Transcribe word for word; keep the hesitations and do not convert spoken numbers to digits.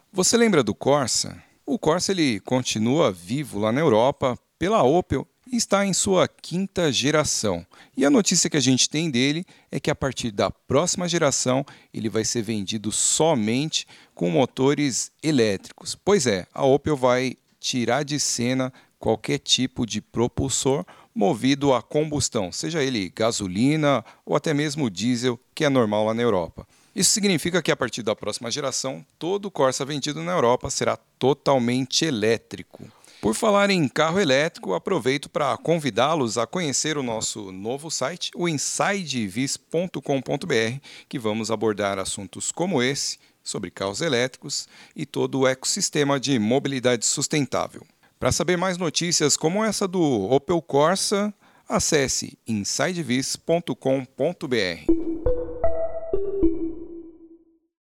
Você lembra do Corsa? O Corsa ele continua vivo lá na Europa pela Opel e está em sua quinta geração. E a notícia que a gente tem dele é que a partir da próxima geração ele vai ser vendido somente com motores elétricos. Pois é, a Opel vai tirar de cena qualquer tipo de propulsor movido a combustão, seja ele gasolina ou até mesmo diesel, que é normal lá na Europa. Isso significa que a partir da próxima geração, todo o Corsa vendido na Europa será totalmente elétrico. Por falar em carro elétrico, aproveito para convidá-los a conhecer o nosso novo site, o inside vis ponto com ponto b r, que vamos abordar assuntos como esse, sobre carros elétricos e todo o ecossistema de mobilidade sustentável. Para saber mais notícias como essa do Opel Corsa, acesse inside vis ponto com ponto b r.